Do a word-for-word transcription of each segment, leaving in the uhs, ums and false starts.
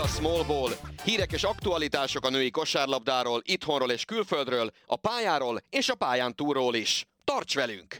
Small Ball. Hírek és aktualitások a női kosárlabdáról, itthonról és külföldről, a pályáról és a pályán túlról is. Tarts velünk!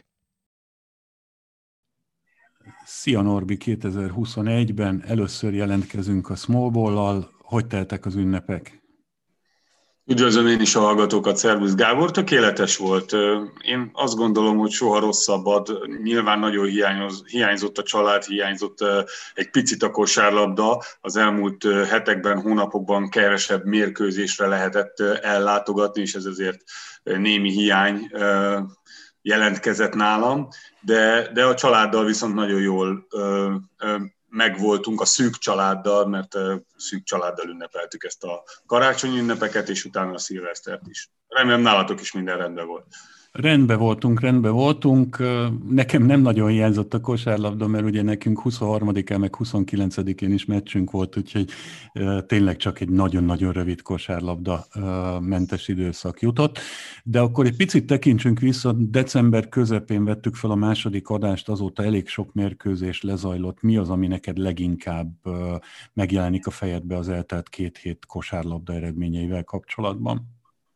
Szia Norbi, kétezer-huszonegyben először jelentkezünk a Small Ball-lal. Hogy teltek az ünnepek? Üdvözlöm én is a hallgatókat, szervusz Gábor, tökéletes volt. Én azt gondolom, hogy soha rosszabbat, nyilván nagyon hiányoz, hiányzott a család, hiányzott egy picit a kosárlabda. Az elmúlt hetekben, hónapokban kevesebb mérkőzésre lehetett ellátogatni, és ez azért némi hiány jelentkezett nálam, de, de a családdal viszont nagyon jól megvoltunk, a szűk családdal, mert szűk családdal ünnepeltük ezt a karácsonyi ünnepeket, és utána a szilvesztert is. Remélem nálatok is minden rendben volt. Rendben voltunk, rendben voltunk. Nekem nem nagyon hiányzott a kosárlabda, mert ugye nekünk huszonharmadikán meg huszonkilencedikén is meccsünk volt, úgyhogy tényleg csak egy nagyon-nagyon rövid kosárlabda mentes időszak jutott. De akkor egy picit tekintsünk vissza, december közepén vettük fel a második adást, azóta elég sok mérkőzés lezajlott. Mi az, ami neked leginkább megjelenik a fejedbe az eltelt két hét kosárlabda eredményeivel kapcsolatban?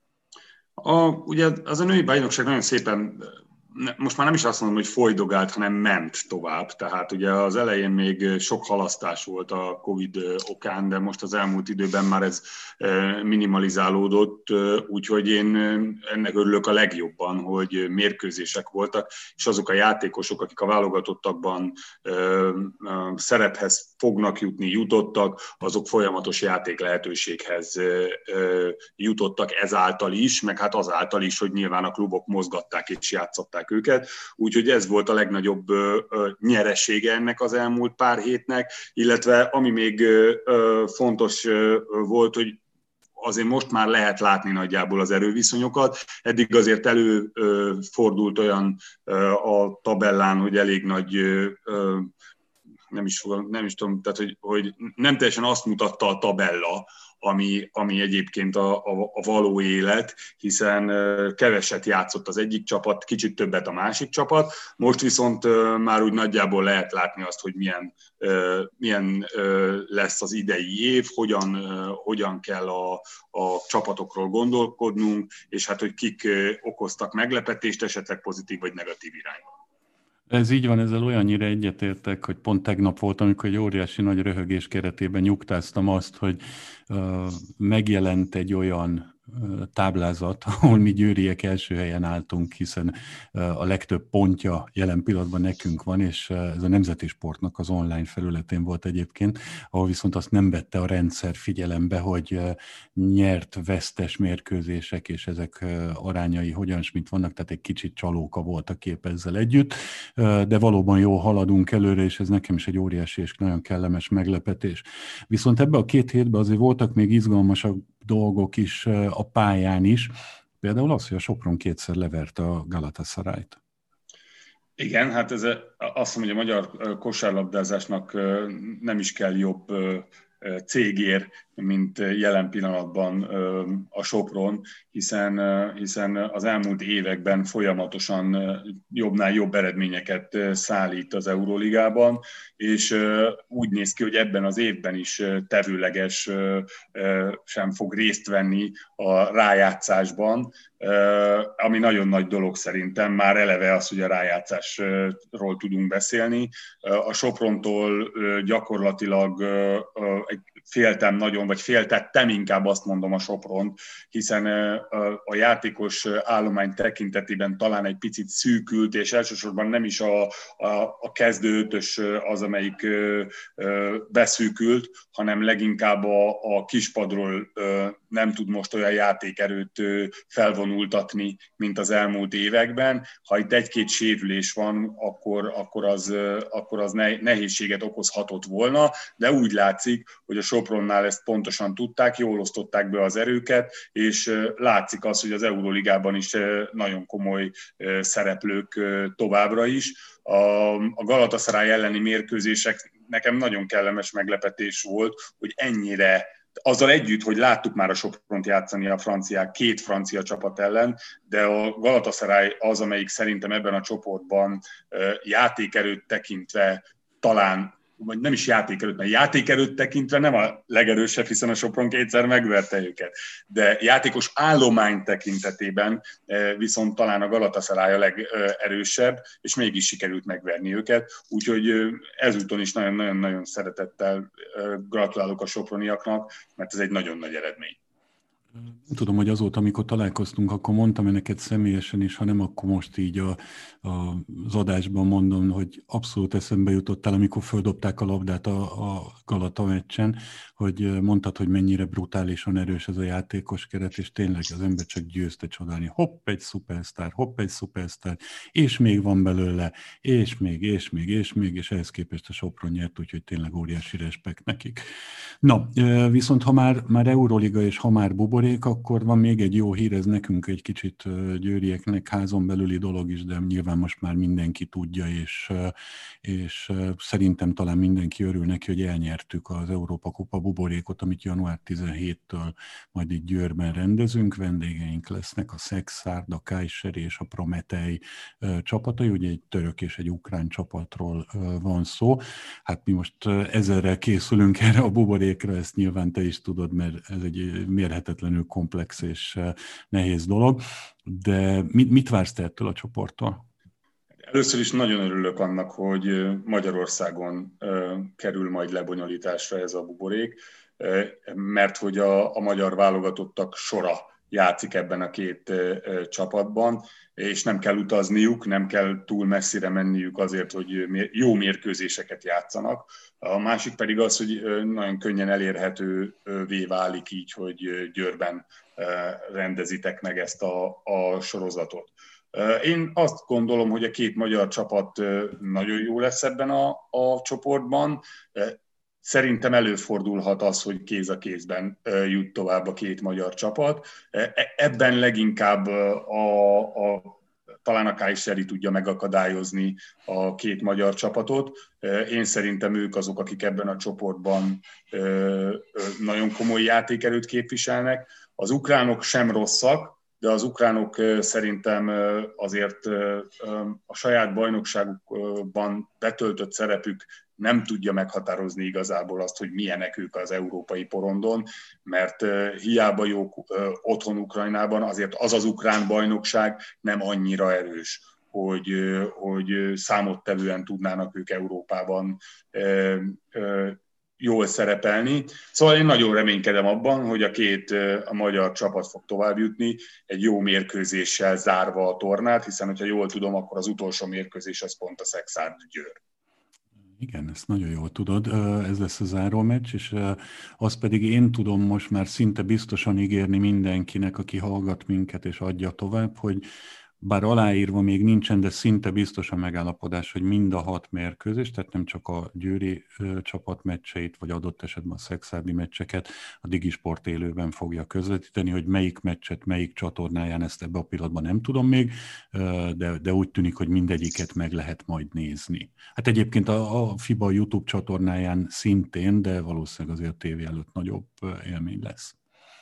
A, ugye az a női bajnokság nagyon szépen, most már nem is azt mondom, hogy folydogált, hanem ment tovább. Tehát ugye az elején még sok halasztás volt a Covid okán, de most az elmúlt időben már ez minimalizálódott, úgyhogy én ennek örülök a legjobban, hogy mérkőzések voltak, és azok a játékosok, akik a válogatottakban szerephez fognak jutni, jutottak, azok folyamatos játék lehetőséghez jutottak ezáltal is, meg hát azáltal is, hogy nyilván a klubok mozgatták és játszották őket, úgyhogy ez volt a legnagyobb nyeresége ennek az elmúlt pár hétnek, illetve ami még fontos volt, hogy azért most már lehet látni nagyjából az erőviszonyokat. Eddig azért előfordult olyan a tabellán, hogy elég nagy, nem is, nem is tudom, tehát hogy, hogy nem teljesen azt mutatta a tabella, Ami, ami egyébként a, a, a való élet, hiszen keveset játszott az egyik csapat, kicsit többet a másik csapat. Most viszont már úgy nagyjából lehet látni azt, hogy milyen, milyen lesz az idei év, hogyan, hogyan kell a, a csapatokról gondolkodnunk, és hát, hogy kik okoztak meglepetést, esetleg pozitív vagy negatív irányba. Ez így van, ezzel olyannyira egyetértek, hogy pont tegnap volt, amikor egy óriási nagy röhögés keretében nyugtáztam azt, hogy uh, megjelent egy olyan uh, táblázat, ahol mi győriek első helyen álltunk, hiszen uh, a legtöbb pontja jelen pillanatban nekünk van, és uh, ez a Nemzeti Sportnak az online felületén volt egyébként, ahol viszont azt nem vette a rendszer figyelembe, hogy uh, nyert-vesztes mérkőzések és ezek uh, arányai hogyan s mit vannak, tehát egy kicsit csalóka volt a kép ezzel együtt, de valóban jól haladunk előre, és ez nekem is egy óriási és nagyon kellemes meglepetés. Viszont ebbe a két hétben azért voltak még izgalmasabb dolgok is a pályán is, például az, hogy a Sopron kétszer leverte a Galatasarayt. Igen, hát ez azt mondom, hogy a magyar kosárlabdázásnak nem is kell jobb cégér, mint jelen pillanatban a Sopron, hiszen, hiszen az elmúlt években folyamatosan jobbnál jobb eredményeket szállít az Euróligában, és úgy néz ki, hogy ebben az évben is tevőleges sem fog részt venni a rájátszásban, ami nagyon nagy dolog szerintem, már eleve az, hogy a rájátszásról tudunk beszélni. A Soprontól gyakorlatilag egy féltem nagyon, vagy féltettem inkább azt mondom a Sopront, hiszen a játékos állomány tekintetében talán egy picit szűkült, és elsősorban nem is a, a, a kezdő ötös az, amelyik beszűkült, hanem leginkább a, a kispadról nem tud most olyan játékerőt felvonultatni, mint az elmúlt években. Ha itt egy-két sérülés van, akkor, akkor az, akkor az nehézséget okozhatott volna, de úgy látszik, hogy a Sopronnál ezt pontosan tudták, jól osztották be az erőket, és látszik az, hogy az Euróligában is nagyon komoly szereplők továbbra is. A Galatasaray elleni mérkőzések nekem nagyon kellemes meglepetés volt, hogy ennyire, azzal együtt, hogy láttuk már a Sopront játszani a franciák két francia csapat ellen, de a Galatasaray az, amelyik szerintem ebben a csoportban játékerőt tekintve talán vagy nem is játékerőt, mert játékerőt tekintve nem a legerősebb, hiszen a Sopron kétszer megverte őket, de játékos állomány tekintetében viszont talán a Galatasaray a legerősebb, és mégis sikerült megverni őket, úgyhogy ezúton is nagyon-nagyon szeretettel gratulálok a soproniaknak, mert ez egy nagyon nagy eredmény. Nem tudom, hogy azóta, amikor találkoztunk, akkor mondtam neked személyesen is, ha nem, akkor most így a, a, az adásban mondom, hogy abszolút eszembe jutottál, amikor földobták a labdát a, a Galata meccsen, hogy mondtad, hogy mennyire brutálisan erős ez a játékos keret, és tényleg az ember csak győzte csodálni. Hopp, egy szupersztár, hopp, egy szupersztár, és még van belőle, és még, és még, és még, és ehhez képest a Sopron nyert, úgyhogy tényleg óriási respekt nekik. Na, viszont ha már, már Euroliga és ha már buborék, akkor van még egy jó hír, ez nekünk egy kicsit győrieknek házon belüli dolog is, de nyilván most már mindenki tudja, és, és szerintem talán mindenki örül neki, hogy elnyertük az Európa Kupa buborékot, amit január tizenhétől majd itt Győrben rendezünk. Vendégeink lesznek a Szexárd, a Kaiser és a Prometei csapatai, ugye egy török és egy ukrán csapatról van szó. Hát mi most ezerrel készülünk erre a buborékra, ezt nyilván te is tudod, mert ez egy mérhetetlenül komplex és nehéz dolog, de mit, mit vársz te ettől a csoporttól? Először is nagyon örülök annak, hogy Magyarországon kerül majd lebonyolításra ez a buborék, mert hogy a, a magyar válogatottak sora játszik ebben a két csapatban, és nem kell utazniuk, nem kell túl messzire menniük azért, hogy jó mérkőzéseket játszanak. A másik pedig az, hogy nagyon könnyen elérhetővé válik így, hogy Győrben rendezitek meg ezt a, a sorozatot. Én azt gondolom, hogy a két magyar csapat nagyon jó lesz ebben a, a csoportban. Szerintem előfordulhat az, hogy kéz a kézben jut tovább a két magyar csapat. Ebben leginkább a, a, talán a Kayseri tudja megakadályozni a két magyar csapatot. Én szerintem ők azok, akik ebben a csoportban nagyon komoly játékerőt képviselnek. Az ukránok sem rosszak, de az ukránok szerintem azért a saját bajnokságukban betöltött szerepük nem tudja meghatározni igazából azt, hogy milyenek ők az európai porondon, mert hiába jók otthon Ukrajnában, azért az az ukrán bajnokság nem annyira erős, hogy, hogy számottevően tudnának ők Európában jól szerepelni. Szóval én nagyon reménykedem abban, hogy a két a magyar csapat fog tovább jutni, egy jó mérkőzéssel zárva a tornát, hiszen, hogyha jól tudom, akkor az utolsó mérkőzés az pont a Szexárd Győr. Igen, ezt nagyon jól tudod, ez lesz a záró meccs, és azt pedig én tudom most már szinte biztosan ígérni mindenkinek, aki hallgat minket és adja tovább, hogy bár aláírva még nincsen, de szinte biztos a megállapodás, hogy mind a hat mérkőzés, tehát nem csak a győri ö, csapat meccseit, vagy adott esetben a szexárdi meccseket a Digisport élőben fogja közvetíteni, hogy melyik meccset, melyik csatornáján, ezt ebbe a pillanatban nem tudom még, ö, de, de úgy tűnik, hogy mindegyiket meg lehet majd nézni. Hát egyébként a, a FIBA YouTube csatornáján szintén, de valószínűleg azért a tévé előtt nagyobb élmény lesz.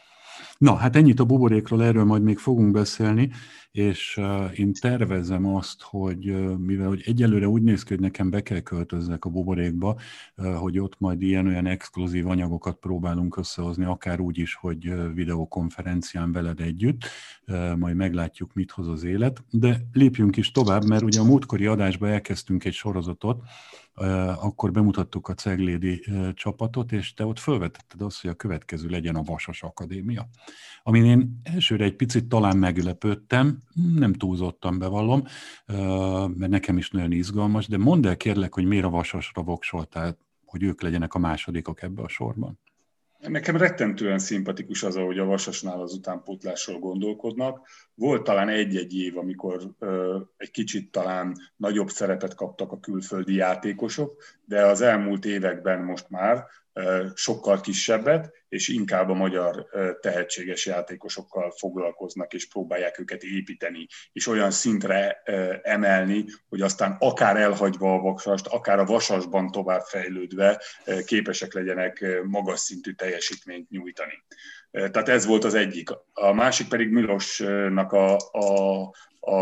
Na, hát ennyit a buborékról, erről majd még fogunk beszélni, és uh, én tervezem azt, hogy uh, mivel hogy egyelőre úgy néz ki, hogy nekem be kell költözzek a buborékba, uh, hogy ott majd ilyen-olyan exkluzív anyagokat próbálunk összehozni, akár úgy is, hogy uh, videokonferencián veled együtt, uh, majd meglátjuk, mit hoz az élet, de lépjünk is tovább, mert ugye a múltkori adásban elkezdtünk egy sorozatot, Uh, akkor bemutattuk a Ceglédi uh, csapatot, és te ott felvetetted azt, hogy a következő legyen a Vasas Akadémia. Amin én elsőre egy picit talán meglepődtem, nem túlzottan bevallom, uh, mert nekem is nagyon izgalmas, de mondd el kérlek, hogy miért a Vasasra voksoltál, hogy ők legyenek a másodikok ebbe a sorban. Nekem rettentően szimpatikus az, ahogy a Vasasnál az utánpótlásról gondolkodnak. Volt talán egy-egy év, amikor ö, egy kicsit talán nagyobb szerepet kaptak a külföldi játékosok, de az elmúlt években most már ö, sokkal kisebbet, és inkább a magyar ö, tehetséges játékosokkal foglalkoznak, és próbálják őket építeni, és olyan szintre ö, emelni, hogy aztán akár elhagyva a Vasast, akár a Vasasban továbbfejlődve ö, képesek legyenek ö, magas szintű teljesítményt nyújtani. Tehát ez volt az egyik. A másik pedig Milosnak a, a, a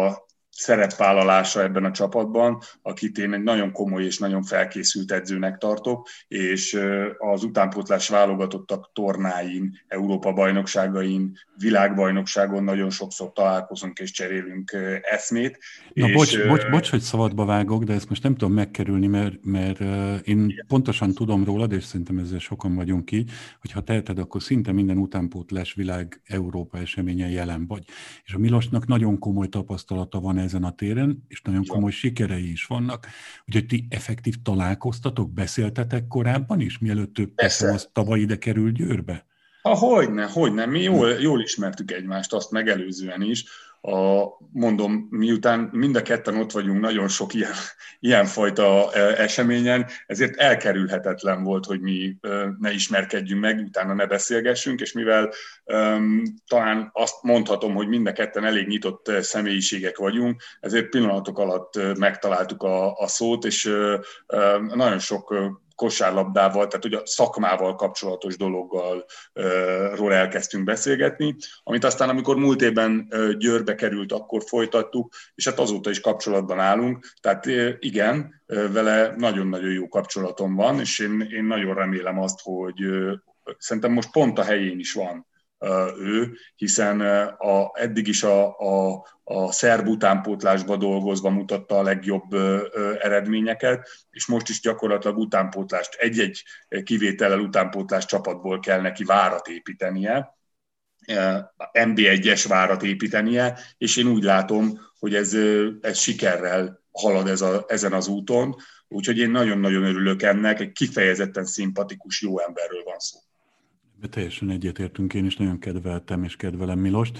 szerepvállalása ebben a csapatban, akit én egy nagyon komoly és nagyon felkészült edzőnek tartok, és az utánpótlás válogatottak tornáin, Európa-bajnokságain, világbajnokságon nagyon sokszor találkozunk és cserélünk eszmét. Na és, bocs, bocs, bocs, hogy szabadba vágok, de ezt most nem tudom megkerülni, mert, mert én igen. pontosan tudom rólad, és szerintem ezzel sokan vagyunk így, hogy ha teheted, akkor szinte minden utánpótlás világ Európa eseményen jelen vagy. És a Milosnak nagyon komoly tapasztalata van ezen a téren, és nagyon komoly ja. sikerei is vannak. Úgyhogy ti effektív találkoztatok, beszéltetek korábban is, mielőtt ő persze az tavaly ide került Győrbe? Ha, hogyne, hogyne. Mi jól, jól ismertük egymást, azt megelőzően is. A, mondom, miután mind a ketten ott vagyunk nagyon sok ilyen, ilyenfajta eseményen, ezért elkerülhetetlen volt, hogy mi ne ismerkedjünk meg, utána ne beszélgessünk, és mivel um, talán azt mondhatom, hogy mind a ketten elég nyitott személyiségek vagyunk, ezért pillanatok alatt megtaláltuk a, a szót, és uh, nagyon sok kosárlabdával, tehát ugye a szakmával kapcsolatos dologgal uh, ról elkezdtünk beszélgetni, amit aztán, amikor múlt évben uh, Győrbe került, akkor folytattuk, és hát azóta is kapcsolatban állunk, tehát uh, igen, uh, vele nagyon-nagyon jó kapcsolatom van, és én, én nagyon remélem azt, hogy uh, szerintem most pont a helyén is van ő, hiszen a, eddig is a, a, a szerb utánpótlásba dolgozva mutatta a legjobb eredményeket, és most is gyakorlatilag utánpótlást, egy-egy kivétellel utánpótlás csapatból kell neki várat építenie, en bé egyes várat építenie, és én úgy látom, hogy ez, ez sikerrel halad ez a, ezen az úton, úgyhogy én nagyon-nagyon örülök ennek, egy kifejezetten szimpatikus, jó emberről van szó. Teljesen egyetértünk, én is nagyon kedveltem és kedvelem Milost.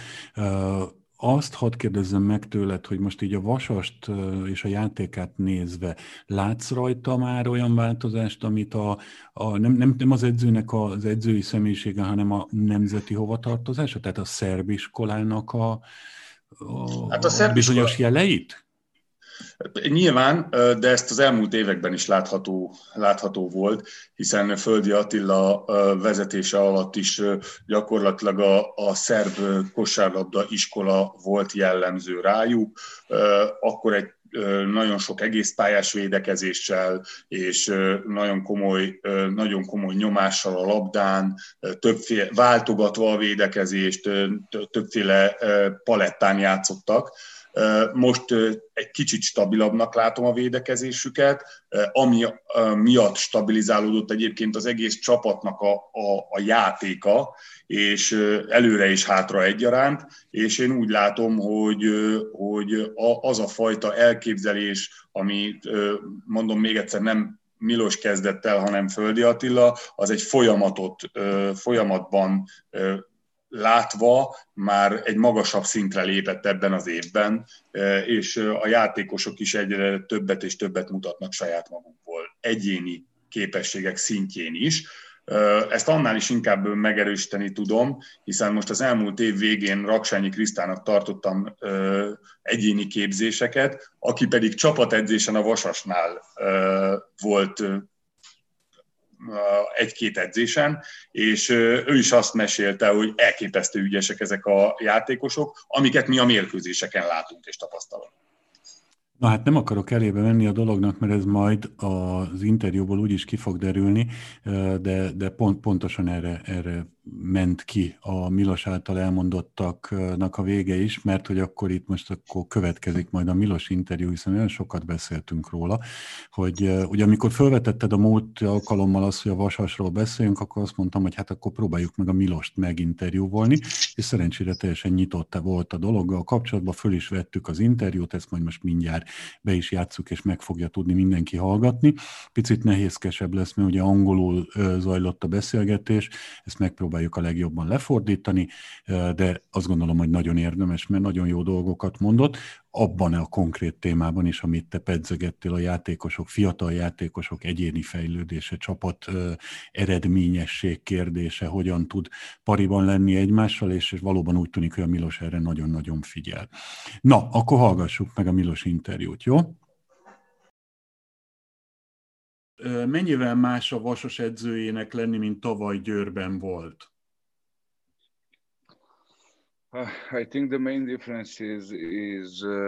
Azt hadd kérdezzem meg tőled, hogy most így a Vasast és a játékát nézve látsz rajta már olyan változást, amit a, a nem, nem, nem az edzőnek az edzői személyisége, hanem a nemzeti hovatartozása, tehát a szerb iskolának a, a, hát a, a bizonyos iskola... jeleit? Nyilván, de ezt az elmúlt években is látható, látható volt, hiszen Földi Attila vezetése alatt is gyakorlatilag a, a szerb kosárlabda iskola volt jellemző rájuk. Akkor egy nagyon sok egészpályás védekezéssel és nagyon komoly, nagyon komoly nyomással a labdán, többféle, váltogatva a védekezést, többféle palettán játszottak. Most egy kicsit stabilabbnak látom a védekezésüket, ami miatt stabilizálódott egyébként az egész csapatnak a, a, a játéka, és előre és hátra egyaránt, és én úgy látom, hogy, hogy az a fajta elképzelés, ami, mondom még egyszer, nem Milos kezdett el, hanem Földi Attila, az egy folyamatot, folyamatban látva már egy magasabb szintre lépett ebben az évben, és a játékosok is egyre többet és többet mutatnak saját magukból, egyéni képességek szintjén is. Ezt annál is inkább megerősíteni tudom, hiszen most az elmúlt év végén Raksányi Krisztának tartottam egyéni képzéseket, aki pedig csapatedzésen a Vasasnál volt egy-két edzésen, és ő is azt mesélte, hogy elképesztő ügyesek ezek a játékosok, amiket mi a mérkőzéseken látunk és tapasztalunk. Na hát nem akarok elébe menni a dolognak, mert ez majd az interjúból úgyis ki fog derülni, de, de pont, pontosan erre, erre ment ki a Milos által elmondottaknak a vége is, mert hogy akkor itt most akkor következik majd a Milos interjú, hiszen olyan sokat beszéltünk róla, hogy ugye amikor felvetetted a múlt alkalommal azt, hogy a Vasasról beszéljünk, akkor azt mondtam, hogy hát akkor próbáljuk meg a Milost meginterjúvolni, és szerencsére teljesen nyitott volt a dologgal kapcsolatban, föl is vettük az interjút, ezt majd most mindjárt be is játsszuk, és meg fogja tudni mindenki hallgatni. Picit nehézkesebb lesz, mert ugye angolul zajlott a beszélgetés, ezt megpróbáljuk a legjobban lefordítani, de azt gondolom, hogy nagyon érdemes, mert nagyon jó dolgokat mondott, abban a konkrét témában is, amit te pedzegettél, a játékosok, fiatal játékosok egyéni fejlődése, csapat eredményesség kérdése, hogyan tud pariban lenni egymással, és valóban úgy tűnik, hogy a Milos erre nagyon-nagyon figyel. Na, akkor hallgassuk meg a Milos interjút, jó? Mennyivel más a Vasas edzőjének lenni, mint tavaly Győrben volt? Uh, I think the main difference is is uh,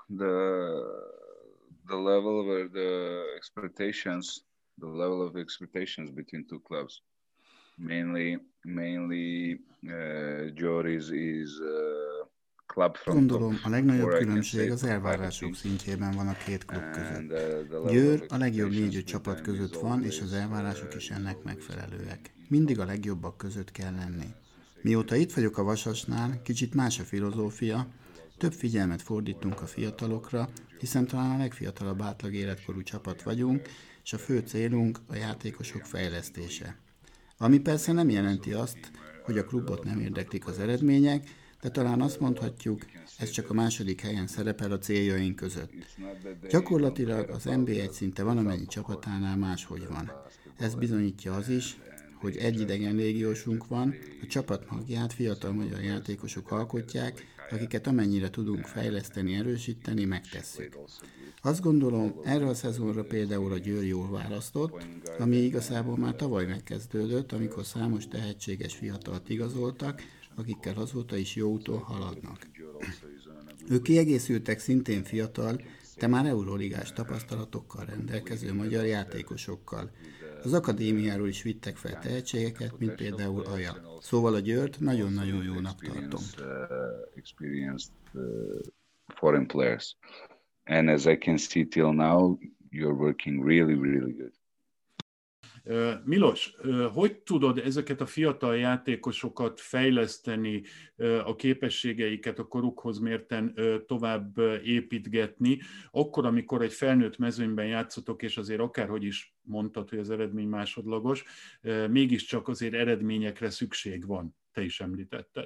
the the level of the expectations, the level of expectations between two clubs. Mainly, mainly, uh, Győr is uh, club from Gondolom, top a legnagyobb four, I can különbség say, az top five elvárások teams. szintjében van a két klub And között. uh, the level of Győr a legjobb expectations négy-öt with csapat them között is van, és az always, elvárások uh, is is ennek always megfelelőek. Mindig a legjobbak között kell lenni. Mióta itt vagyok a Vasasnál, kicsit más a filozófia, több figyelmet fordítunk a fiatalokra, hiszen talán a legfiatalabb átlag életkorú csapat vagyunk, és a fő célunk a játékosok fejlesztése. Ami persze nem jelenti azt, hogy a klubot nem érdeklik az eredmények, de talán azt mondhatjuk, ez csak a második helyen szerepel a céljaink között. Gyakorlatilag az en bé egy szinte valamennyi csapatánál máshogy van. Ez bizonyítja az is, hogy egy idegen légiósunk van, a csapat magját fiatal magyar játékosok alkotják, akiket amennyire tudunk fejleszteni, erősíteni, megtesszük. Azt gondolom, erre a szezonra például a Győr jól választott, ami igazából már tavaly megkezdődött, amikor számos tehetséges fiatalt igazoltak, akikkel azóta is jó úton haladnak. Ők kiegészültek szintén fiatal, de már euróligás tapasztalatokkal rendelkező magyar játékosokkal. Az akadémiáról is vittek fel tehetségeket, mint például Aja. Szóval a Győrt nagyon-nagyon jónak tartom. Experienced uh, foreign players. And as I can see till now, you're working really, really good. Milos, hogy tudod ezeket a fiatal játékosokat fejleszteni, a képességeiket a korukhoz mérten tovább építgetni, akkor, amikor egy felnőtt mezőnyben játszotok, és azért akárhogy is mondtad, hogy az eredmény másodlagos, mégiscsak azért eredményekre szükség van, te is említetted.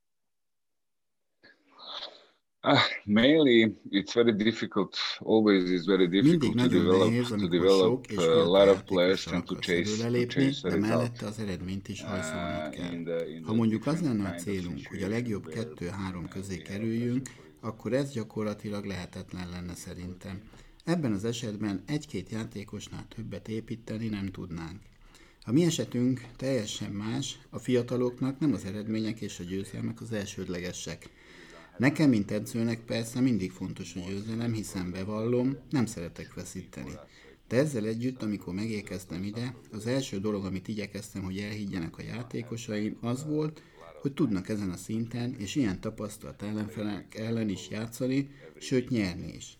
Uh, mainly, it's very difficult. Always, it's very difficult to develop, nehéz, to develop uh, a lot of players and to chase, to chase the de mellette result. az eredményt is hajszolnod Uh, kell. in the- in Ha the mondjuk az different lenne a kind of célunk, hogy a situation, legjobb the- kettő-három közé kerüljünk, akkor ez gyakorlatilag lehetetlen lenne szerintem. Ebben az esetben egy-két játékosnál többet építeni nem tudnánk. A mi esetünk teljesen más, a fiataloknak nem az eredmények és a győzelmek az elsődlegesek. Nekem, mint edzőnek persze mindig fontos a győzelem, hiszen bevallom, nem szeretek veszíteni. De ezzel együtt, amikor megérkeztem ide, az első dolog, amit igyekeztem, hogy elhiggyenek a játékosaim, az volt, hogy tudnak ezen a szinten és ilyen tapasztalt ellenfelek ellen is játszani, sőt nyerni is.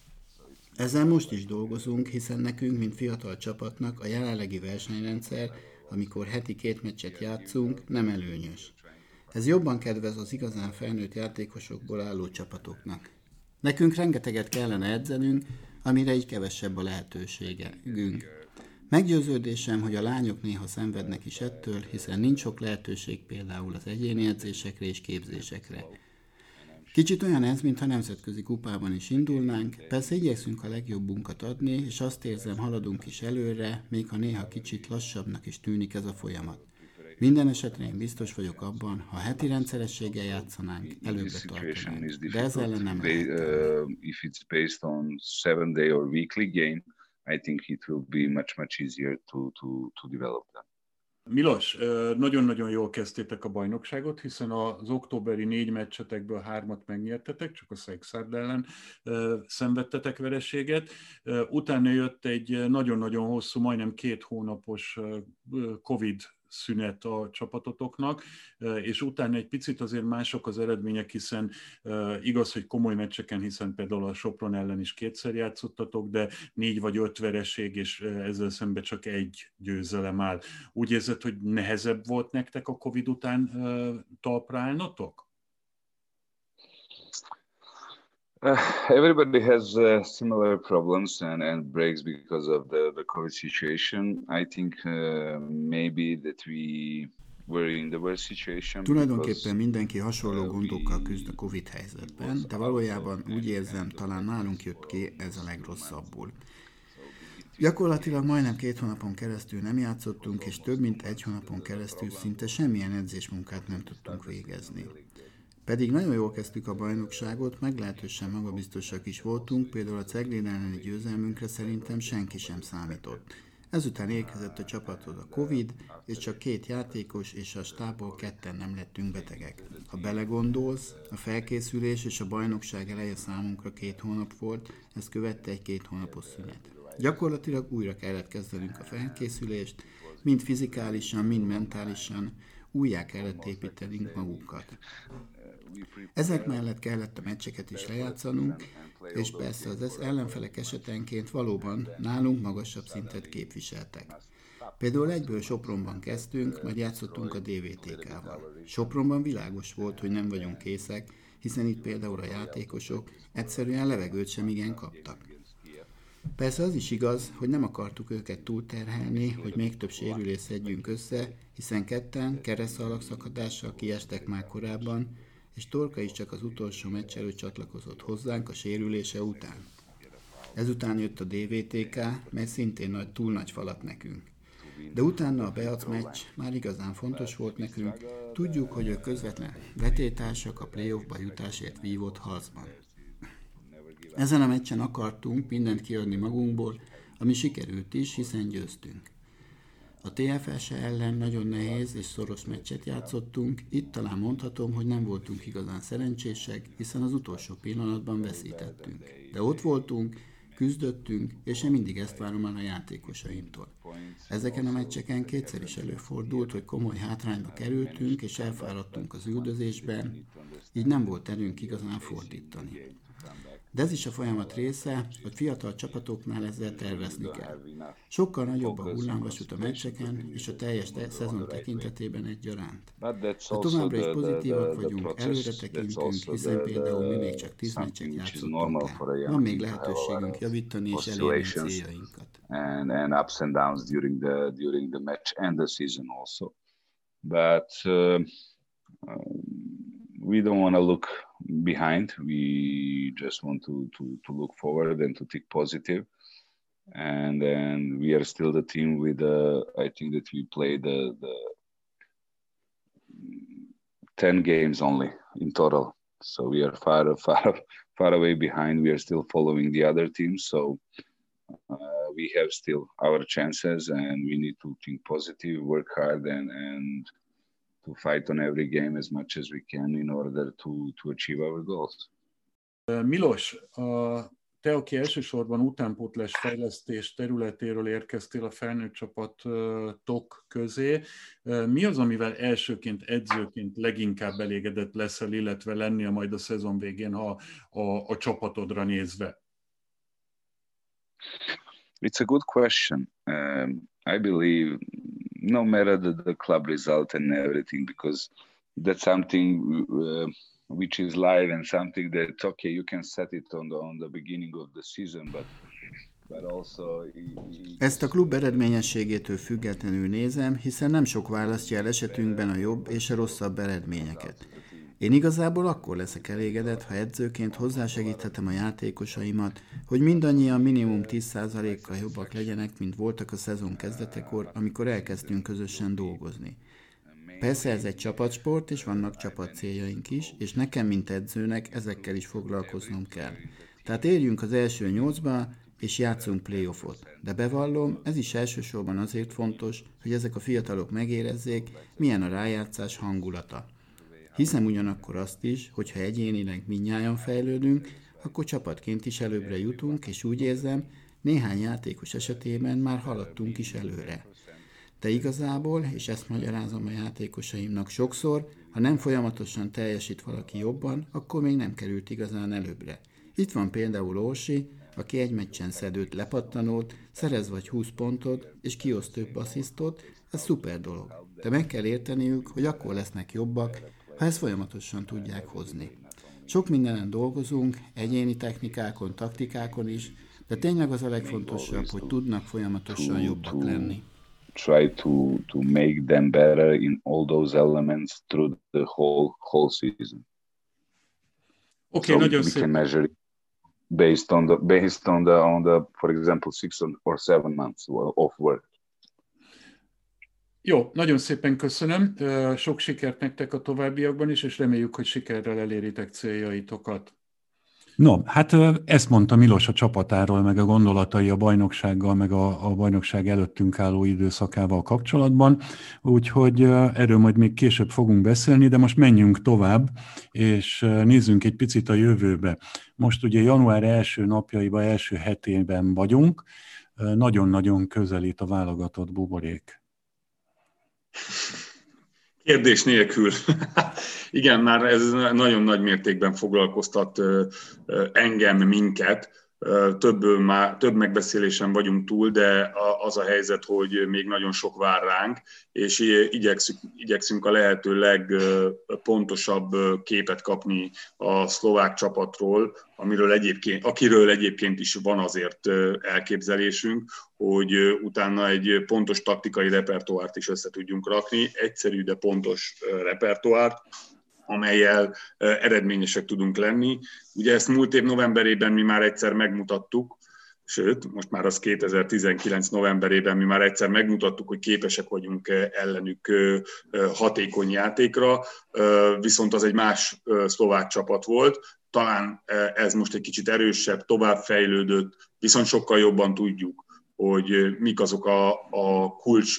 Ezzel most is dolgozunk, hiszen nekünk, mint fiatal csapatnak a jelenlegi versenyrendszer, amikor heti két meccset játszunk, nem előnyös. Ez jobban kedvez az igazán felnőtt játékosokból álló csapatoknak. Nekünk rengeteget kellene edzenünk, amire így kevesebb a lehetőségünk. Meggyőződésem, hogy a lányok néha szenvednek is ettől, hiszen nincs sok lehetőség például az egyéni edzésekre és képzésekre. Kicsit olyan ez, mintha nemzetközi kupában is indulnánk, persze igyekszünk a legjobbunkat adni, és azt érzem, haladunk is előre, még ha néha kicsit lassabbnak is tűnik ez a folyamat. Minden esetre én biztos vagyok abban, ha heti rendszerességgel játszanánk, előbbre tartanánk. De ez ellen nem lehet. Uh, if it's based on seven day or weekly game, I think it will be much, much easier to, to, to develop them. Milos, nagyon-nagyon jól kezdtétek a bajnokságot, hiszen az októberi négy meccsetekből hármat megnyertetek, csak a Szexárd ellen szenvedtetek vereséget. Utána jött egy nagyon-nagyon hosszú, majdnem két hónapos Covid szünet a csapatotoknak, és utána egy picit azért mások az eredmények, hiszen igaz, hogy komoly meccseken, hiszen például a Sopron ellen is kétszer játszottatok, de négy vagy öt vereség, és ezzel szemben csak egy győzelem áll. Úgy érzed, hogy nehezebb volt nektek a Covid után talpra állnotok? Uh, everybody has uh, similar problems and, and breaks because of the, the COVID situation. I think uh, maybe that we were in the worst situation. Tulajdonképpen mindenki hasonló gondokkal küzd a Covid helyzetben, de valójában úgy érzem, talán nálunk jött ki ez a legrosszabbul. Gyakorlatilag majdnem két hónapon keresztül nem játszottunk, és több mint egy hónapon keresztül szinte semmilyen edzésmunkát nem tudtunk végezni. Pedig nagyon jól kezdtük a bajnokságot, meglehetősen magabiztosak is voltunk, például a Cegléd elleni győzelmünkre szerintem senki sem számított. Ezután érkezett a csapathoz a Covid, és csak két játékos és a stábból ketten nem lettünk betegek. Ha belegondolsz, a felkészülés és a bajnokság eleje számunkra két hónap volt, ezt követte egy két hónapos szünet. Gyakorlatilag újra kellett kezdenünk a felkészülést, mind fizikálisan, mind mentálisan, újjá kellett építenünk magunkat. Ezek mellett kellett a meccseket is lejátszanunk, és persze az ellenfelek esetenként valóban nálunk magasabb szintet képviseltek. Például egyből Sopronban kezdtünk, majd játszottunk a dé vé té ká-val. Sopronban világos volt, hogy nem vagyunk készek, hiszen itt például a játékosok egyszerűen levegőt sem igen kaptak. Persze az is igaz, hogy nem akartuk őket túlterhelni, hogy még több sérülést szedjünk össze, hiszen ketten keresztszalagszakadással kiestek már korábban, és Torka is csak az utolsó meccs előtt csatlakozott hozzánk a sérülése után. Ezután jött a dé vé té ká, mely szintén nagy, túl nagy falat nekünk. De utána a Beac meccs már igazán fontos volt nekünk, tudjuk, hogy ők közvetlen vetétársak a playoffba jutásért vívott harcban. Ezen a meccsen akartunk mindent kiadni magunkból, ami sikerült is, hiszen győztünk. A té ef es ellen nagyon nehéz és szoros meccset játszottunk, itt talán mondhatom, hogy nem voltunk igazán szerencsések, hiszen az utolsó pillanatban veszítettünk. De ott voltunk, küzdöttünk, és én mindig ezt várom el a játékosaimtól. Ezeken a meccseken kétszer is előfordult, hogy komoly hátrányba kerültünk, és elfáradtunk az üldözésben, így nem volt erőnk igazán fordítani. De ez is a folyamat része, hogy fiatal csapatoknál ezzel tervezni kell. Sokkal nagyobb a hullámvasút a meccseken, és a teljes te- szezon tekintetében egyaránt. De továbbra is pozitívak vagyunk, előre tekintünk, hiszen például mi még csak tíz meccset játszottunk el. Van még lehetőségünk javítani és elérni céljainkat. And, and ups and downs during the during the match and the season also. But uh, um, we don't want to look behind. We just want to, to, to look forward and to think positive. And then we are still the team with, uh, I think that we played the, the ten games only in total. So we are far, far, far away behind. We are still following the other teams. So uh, we have still our chances and we need to think positive, work hard and, and to fight on every game as much as we can in order to, to achieve our goals. Milos, a, te, aki elsősorban utánpótlás fejlesztés területéről érkeztél a felnőtt csapatok közé, mi az, amivel elsőként, edzőként leginkább elégedett leszel, illetve lennél majd a szezon végén, ha a, a csapatodra nézve? It's a good question. Um, I believe no matter the, the club result and everything, because that's something uh, which is live and something that, okay, you can set it on the, on the beginning of the season, but, but also... Ezt a klub eredményességétől függetlenül nézem, hiszen nem sok választja el esetünkben a jobb és a rosszabb eredményeket. Én igazából akkor leszek elégedett, ha edzőként hozzásegíthetem a játékosaimat, hogy mindannyian minimum tíz százalékkal jobbak legyenek, mint voltak a szezon kezdetekor, amikor elkezdtünk közösen dolgozni. Persze ez egy csapatsport, és vannak csapatcéljaink is, és nekem, mint edzőnek, ezekkel is foglalkoznom kell. Tehát érjünk az első nyolcba, és játszunk playoffot. De bevallom, ez is elsősorban azért fontos, hogy ezek a fiatalok megérezzék, milyen a rájátszás hangulata. Hiszem ugyanakkor azt is, hogy ha egyénileg mindnyájan fejlődünk, akkor csapatként is előbbre jutunk, és úgy érzem, néhány játékos esetében már haladtunk is előre. De igazából, és ezt magyarázom a játékosaimnak sokszor, ha nem folyamatosan teljesít valaki jobban, akkor még nem került igazán előbbre. Itt van például Orsi, aki egy meccsen szed öt lepattanót, szerez vagy húsz pontot, és kioszt több asszisztot, ez szuper dolog. De meg kell érteniük, hogy akkor lesznek jobbak, ha ezt folyamatosan tudják hozni. Sok mindenen dolgozunk, egyéni technikákon, taktikákon is, de tényleg az a legfontosabb, hogy tudnak folyamatosan jobbak lenni. Try to, to make them better in all those elements through the whole, whole season. Oké, so nagyon we szép. can measure it based on the, based on the, on the, for example, six or seven months of work. Jó, nagyon szépen köszönöm. Sok sikert nektek a továbbiakban is, és reméljük, hogy sikerrel eléritek céljaitokat. No, hát ezt mondta Milos a csapatáról, meg a gondolatai a bajnoksággal, meg a, a bajnokság előttünk álló időszakával kapcsolatban, úgyhogy erről majd még később fogunk beszélni, de most menjünk tovább, és nézzünk egy picit a jövőbe. Most ugye január első napjaiban, első hetében vagyunk, nagyon-nagyon közelít a válogatott buborék. Kérdés nélkül. Igen, már ez nagyon nagy mértékben foglalkoztat engem, minket. Több, már, több megbeszélésen vagyunk túl, de az a helyzet, hogy még nagyon sok vár ránk, és igyekszünk, igyekszünk a lehető legpontosabb képet kapni a szlovák csapatról, amiről egyébként, akiről egyébként is van azért elképzelésünk, hogy utána egy pontos taktikai repertoárt is össze tudjunk rakni, egyszerű, de pontos repertoárt, amellyel eredményesek tudunk lenni. Ugye ezt múlt év novemberében mi már egyszer megmutattuk, sőt, most már az kétezer-tizenkilenc novemberében mi már egyszer megmutattuk, hogy képesek vagyunk ellenük hatékony játékra, viszont az egy más szlovák csapat volt. Talán ez most egy kicsit erősebb, továbbfejlődött, viszont sokkal jobban tudjuk, hogy mik azok a, a kulcs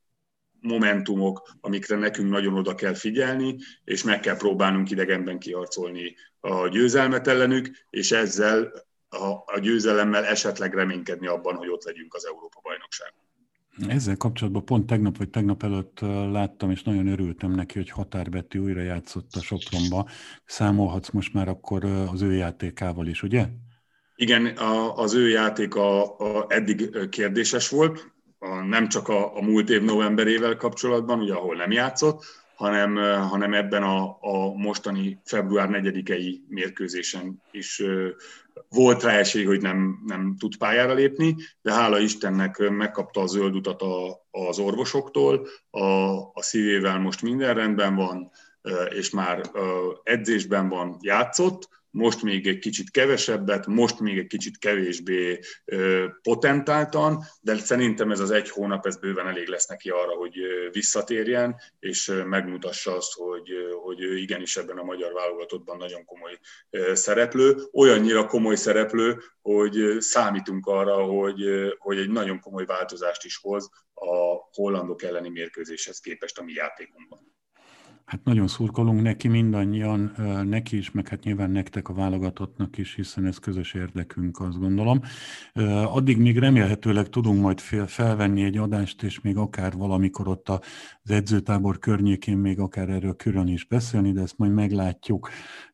momentumok, amikre nekünk nagyon oda kell figyelni, és meg kell próbálnunk idegenben kiharcolni a győzelmet ellenük, és ezzel a, a győzelemmel esetleg reménykedni abban, hogy ott legyünk az Európa-bajnokságon. Ezzel kapcsolatban pont tegnap vagy tegnap előtt láttam, és nagyon örültem neki, hogy Határ Betty újra játszott a Sopronba. Számolhatsz most már akkor az ő játékával is, ugye? Igen, a, az ő játéka a, eddig kérdéses volt, a, nem csak a, a múlt év novemberével kapcsolatban, ugye, ahol nem játszott, hanem, hanem ebben a, a mostani február negyedikei mérkőzésen is volt rá esély, hogy nem, nem tud pályára lépni, de hála Istennek megkapta a zöld utat a, az orvosoktól, a, a szívével most minden rendben van, és már edzésben van, játszott, most még egy kicsit kevesebbet, most még egy kicsit kevésbé potentáltan, de szerintem ez az egy hónap, ez bőven elég lesz neki arra, hogy visszatérjen, és megmutassa azt, hogy, hogy ő igenis ebben a magyar válogatottban nagyon komoly szereplő, olyannyira komoly szereplő, hogy számítunk arra, hogy, hogy egy nagyon komoly változást is hoz a hollandok elleni mérkőzéshez képest a mi játékunkban. Hát nagyon szurkolunk neki mindannyian, neki is, meg hát nyilván nektek a válogatottnak is, hiszen ez közös érdekünk, azt gondolom. Addig még remélhetőleg tudunk majd felvenni egy adást, és még akár valamikor ott az edzőtábor környékén még akár erről külön is beszélni, de ezt majd meglátjuk.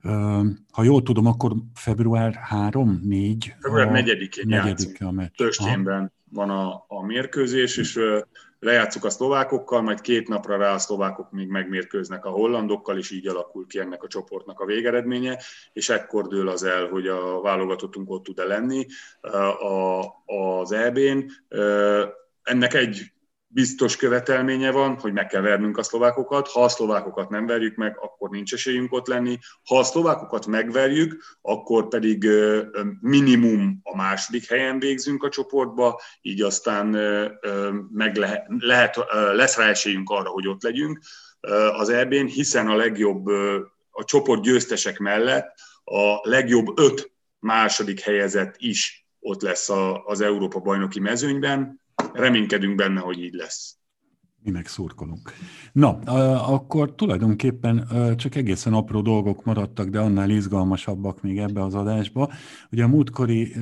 Ha jól tudom, akkor február harmadika, négyedike február negyedikén játszunk a meccs. Törsténben van a, a mérkőzés, és lejátszuk a szlovákokkal, majd két napra rá a szlovákok még megmérkőznek a hollandokkal, és így alakul ki ennek a csoportnak a végeredménye, és ekkor dől az el, hogy a válogatottunk ott tud-e lenni a, az é bén. Ennek egy biztos követelménye van, hogy meg kell vernünk a szlovákokat. Ha a szlovákokat nem verjük meg, akkor nincs esélyünk ott lenni. Ha a szlovákokat megverjük, akkor pedig minimum a második helyen végzünk a csoportba, így aztán meg lehet, lehet, lesz rá esélyünk arra, hogy ott legyünk az é bén, hiszen a legjobb, a csoport győztesek mellett a legjobb öt második helyezett is ott lesz az Európa-bajnoki mezőnyben. Reménykedünk benne, hogy így lesz. Mi meg szurkolunk. Na, akkor tulajdonképpen csak egészen apró dolgok maradtak, de annál izgalmasabbak még ebbe az adásba. Ugye a múltkori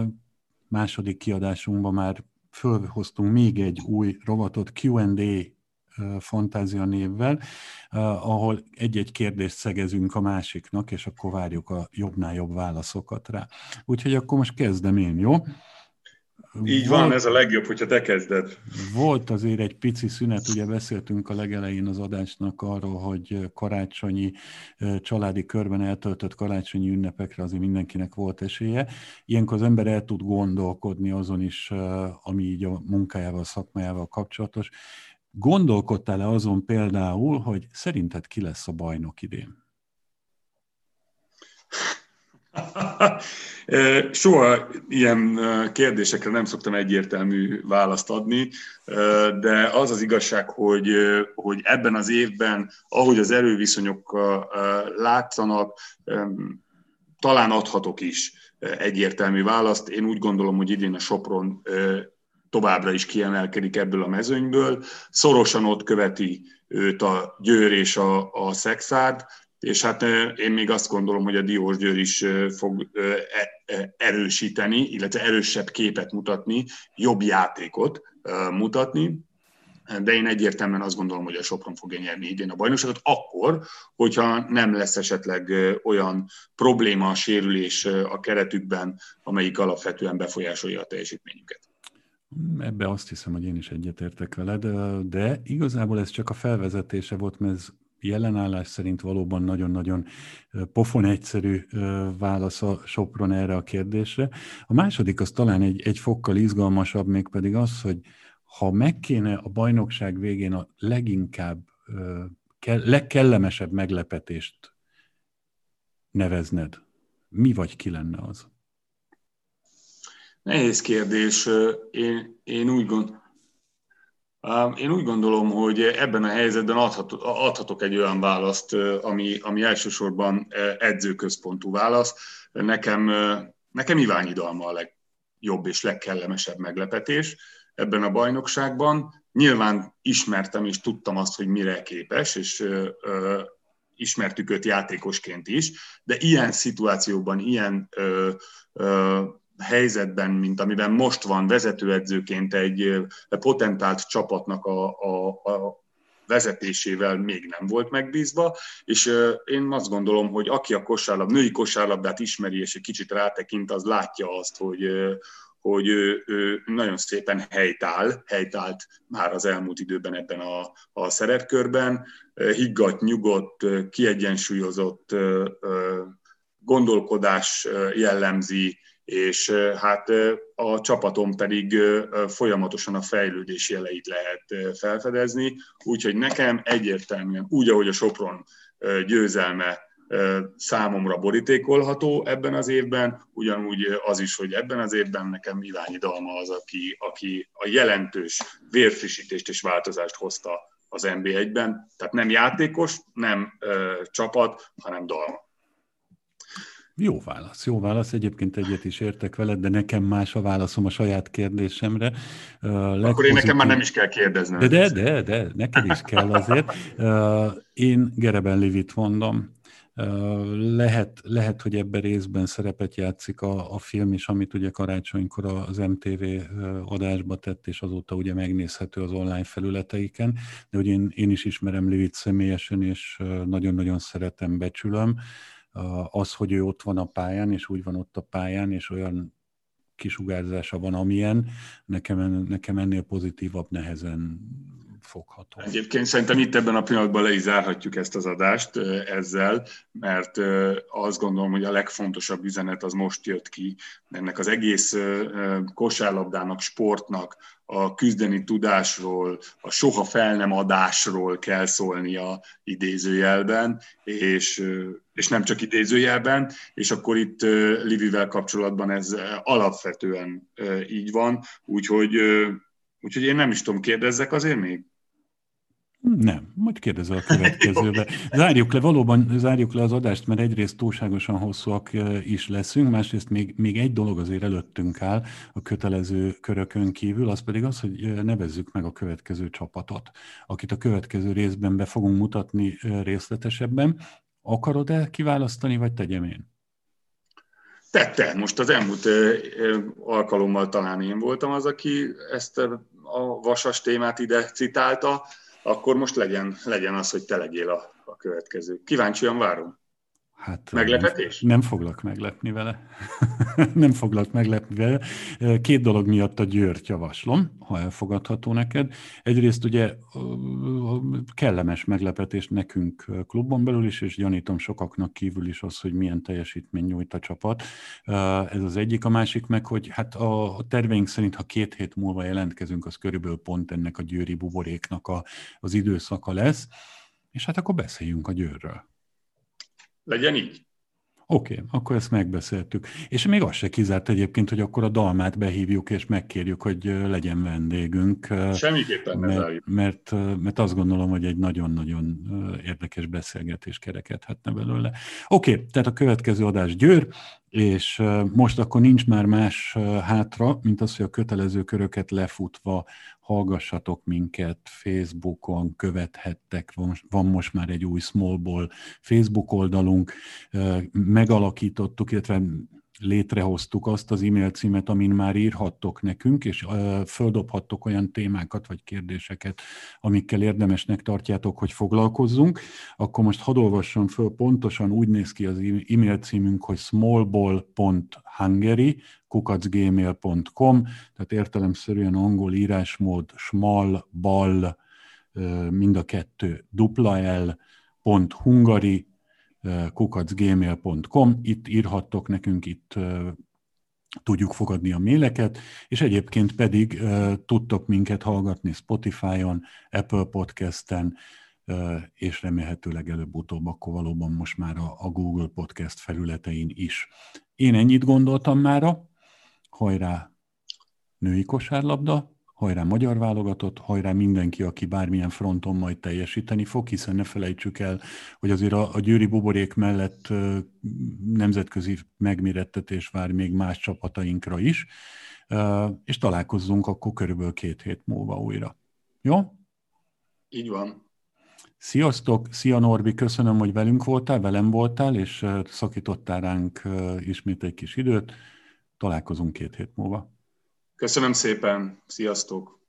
második kiadásunkban már fölhoztunk még egy új rovatot, Q and A Fantázia névvel, ahol egy-egy kérdést szegezünk a másiknak, és akkor várjuk a jobbnál jobb válaszokat rá. Úgyhogy akkor most kezdem én, jó? Így volt, van, ez a legjobb, hogyha te kezded. Volt azért egy pici szünet, ugye beszéltünk a legelején az adásnak arról, hogy karácsonyi, családi körben eltöltött karácsonyi ünnepekre azért mindenkinek volt esélye. Ilyenkor az ember el tud gondolkodni azon is, ami így a munkájával, szakmájával kapcsolatos. Gondolkodtál-e azon például, hogy szerinted ki lesz a bajnok idén? Soha ilyen kérdésekre nem szoktam egyértelmű választ adni, de az az igazság, hogy, hogy ebben az évben, ahogy az erőviszonyok látszanak, talán adhatok is egyértelmű választ. Én úgy gondolom, hogy idén a Sopron továbbra is kiemelkedik ebből a mezőnyből. Szorosan ott követi őt a Győr és a, a Szekszárd, és hát én még azt gondolom, hogy a Diósgyőr is fog erősíteni, illetve erősebb képet mutatni, jobb játékot mutatni, de én egyértelműen azt gondolom, hogy a Sopron fogja nyerni idén a bajnokságot, akkor, hogyha nem lesz esetleg olyan probléma, sérülés a keretükben, amelyik alapvetően befolyásolja a teljesítményüket. Ebbe azt hiszem, hogy én is egyetértek veled, de igazából ez csak a felvezetése volt, mert ez jelenállás szerint valóban nagyon-nagyon pofon egyszerű válasz a Sopron erre a kérdésre. A második az talán egy, egy fokkal izgalmasabb, mégpedig az, hogy ha meg kéne a bajnokság végén a leginkább, legkellemesebb meglepetést nevezned, mi vagy ki lenne az? Nehéz kérdés. Én, én, úgy gond, én úgy gondolom, hogy ebben a helyzetben adhatok, adhatok egy olyan választ, ami, ami elsősorban edzőközpontú válasz. Nekem, nekem Iványi Dalma a legjobb és legkellemesebb meglepetés ebben a bajnokságban. Nyilván ismertem és tudtam azt, hogy mire képes, és ö, ismertük őt játékosként is, de ilyen szituációban, ilyen ö, ö, helyzetben, mint amiben most van vezetőedzőként egy potentált csapatnak a, a, a vezetésével még nem volt megbízva, és ö, én azt gondolom, hogy aki a kosárlab, női kosárlabdát ismeri, és egy kicsit rátekint, az látja azt, hogy ö, hogy ő, ő nagyon szépen helytáll, helytált már az elmúlt időben ebben a, a szerepkörben, higgadt, nyugodt, kiegyensúlyozott gondolkodás jellemzi, és hát a csapaton pedig folyamatosan a fejlődés jeleit lehet felfedezni, úgyhogy nekem egyértelműen, úgy, ahogy a Sopron győzelme számomra borítékolható ebben az évben, ugyanúgy az is, hogy ebben az évben nekem Iványi Dalma az, aki, aki a jelentős vérfrissítést és változást hozta az en bé egyben. Tehát nem játékos, nem ö, csapat, hanem Dalma. Jó válasz, jó válasz. Egyébként egyet is értek veled, de nekem más a válaszom a saját kérdésemre. Legpozitív... Akkor én nekem már nem is kell kérdeznem. De, de, de, de, neked is kell azért. Én Gereben Livit mondom. Lehet, lehet, hogy ebben részben szerepet játszik a, a film is, amit ugye karácsonykor az em té vé adásba tett, és azóta ugye megnézhető az online felületeiken, de ugye én, én is ismerem Livit személyesen, és nagyon-nagyon szeretem, becsülöm. Az, hogy ő ott van a pályán, és úgy van ott a pályán, és olyan kisugárzása van, amilyen, nekem, nekem ennél pozitívabb nehezen fogható. Egyébként szerintem itt ebben a pillanatban le is zárhatjuk ezt az adást ezzel, mert azt gondolom, hogy a legfontosabb üzenet az most jött ki. Ennek az egész kosárlabdának, sportnak, a küzdeni tudásról, a soha fel nem adásról kell szólnia idézőjelben, és, és nem csak idézőjelben, és akkor itt Livivel kapcsolatban ez alapvetően így van, úgyhogy, úgyhogy én nem is tudom, kérdezzek azért még? Nem, majd kérdezel a következőbe. Zárjuk le, valóban zárjuk le az adást, mert egyrészt túlságosan hosszúak is leszünk, másrészt még, még egy dolog azért előttünk áll a kötelező körökön kívül, az pedig az, hogy nevezzük meg a következő csapatot, akit a következő részben be fogunk mutatni részletesebben. Akarod-e kiválasztani, vagy tegyem én? Tette. Most az elmúlt alkalommal talán én voltam az, aki ezt a vasas témát ide citálta, akkor most legyen, legyen az, hogy te legyél a, a következő. Kíváncsian várom. Hát, meglepetés? Nem, nem foglak meglepni vele. nem foglak meglepni vele. Két dolog miatt a Győrt javaslom, ha elfogadható neked. Egyrészt ugye kellemes meglepetés nekünk klubon belül is, és gyanítom sokaknak kívül is az, hogy milyen teljesítmény nyújt a csapat. Ez az egyik. A másik meg, hogy hát a terveink szerint, ha két hét múlva jelentkezünk, az körülbelül pont ennek a győri buboréknak a, az időszaka lesz. És hát akkor beszéljünk a Győrről. Legyen így? Oké, okay, akkor ezt megbeszéltük. És még az se kizárt egyébként, hogy akkor a Dalmát behívjuk, és megkérjük, hogy legyen vendégünk. Semmiképpen ne zárjuk. Mert, mert azt gondolom, hogy egy nagyon-nagyon érdekes beszélgetés kerekedhetne belőle. Oké, okay, tehát a következő adás Győr, és most akkor nincs már más hátra, mint az, hogy a kötelező köröket lefutva hallgassatok minket Facebookon, követhettek, van most már egy új Small Ball Facebook oldalunk, megalakítottuk, illetve létrehoztuk azt az e-mail címet, amin már írhattok nekünk, és földobhattok olyan témákat vagy kérdéseket, amikkel érdemesnek tartjátok, hogy foglalkozzunk. Akkor most hadd olvassam föl, pontosan úgy néz ki az e-mail címünk, hogy smallball pont hungary kukac gmail pont com, tehát értelemszerűen angol írásmód small ball, mind a kettő dupla L, pont hungary, kukac gmail pont com, itt írhattok nekünk, itt uh, tudjuk fogadni a maileket, és egyébként pedig uh, tudtok minket hallgatni Spotify-on, Apple Podcast-en, uh, és remélhetőleg előbb-utóbb akkor valóban most már a, a Google Podcast felületein is. Én ennyit gondoltam mára, hajrá női kosárlabda, hajrá magyar válogatott, hajrá mindenki, aki bármilyen fronton majd teljesíteni fog, hiszen ne felejtsük el, hogy azért a, a győri buborék mellett uh, nemzetközi megmérettetés vár még más csapatainkra is, uh, és találkozzunk akkor körülbelül két hét múlva újra. Jó? Így van. Sziasztok! Szia Norbi, köszönöm, hogy velünk voltál, velem voltál, és uh, szakítottál ránk uh, ismét egy kis időt. Találkozunk két hét múlva. Köszönöm szépen, sziasztok!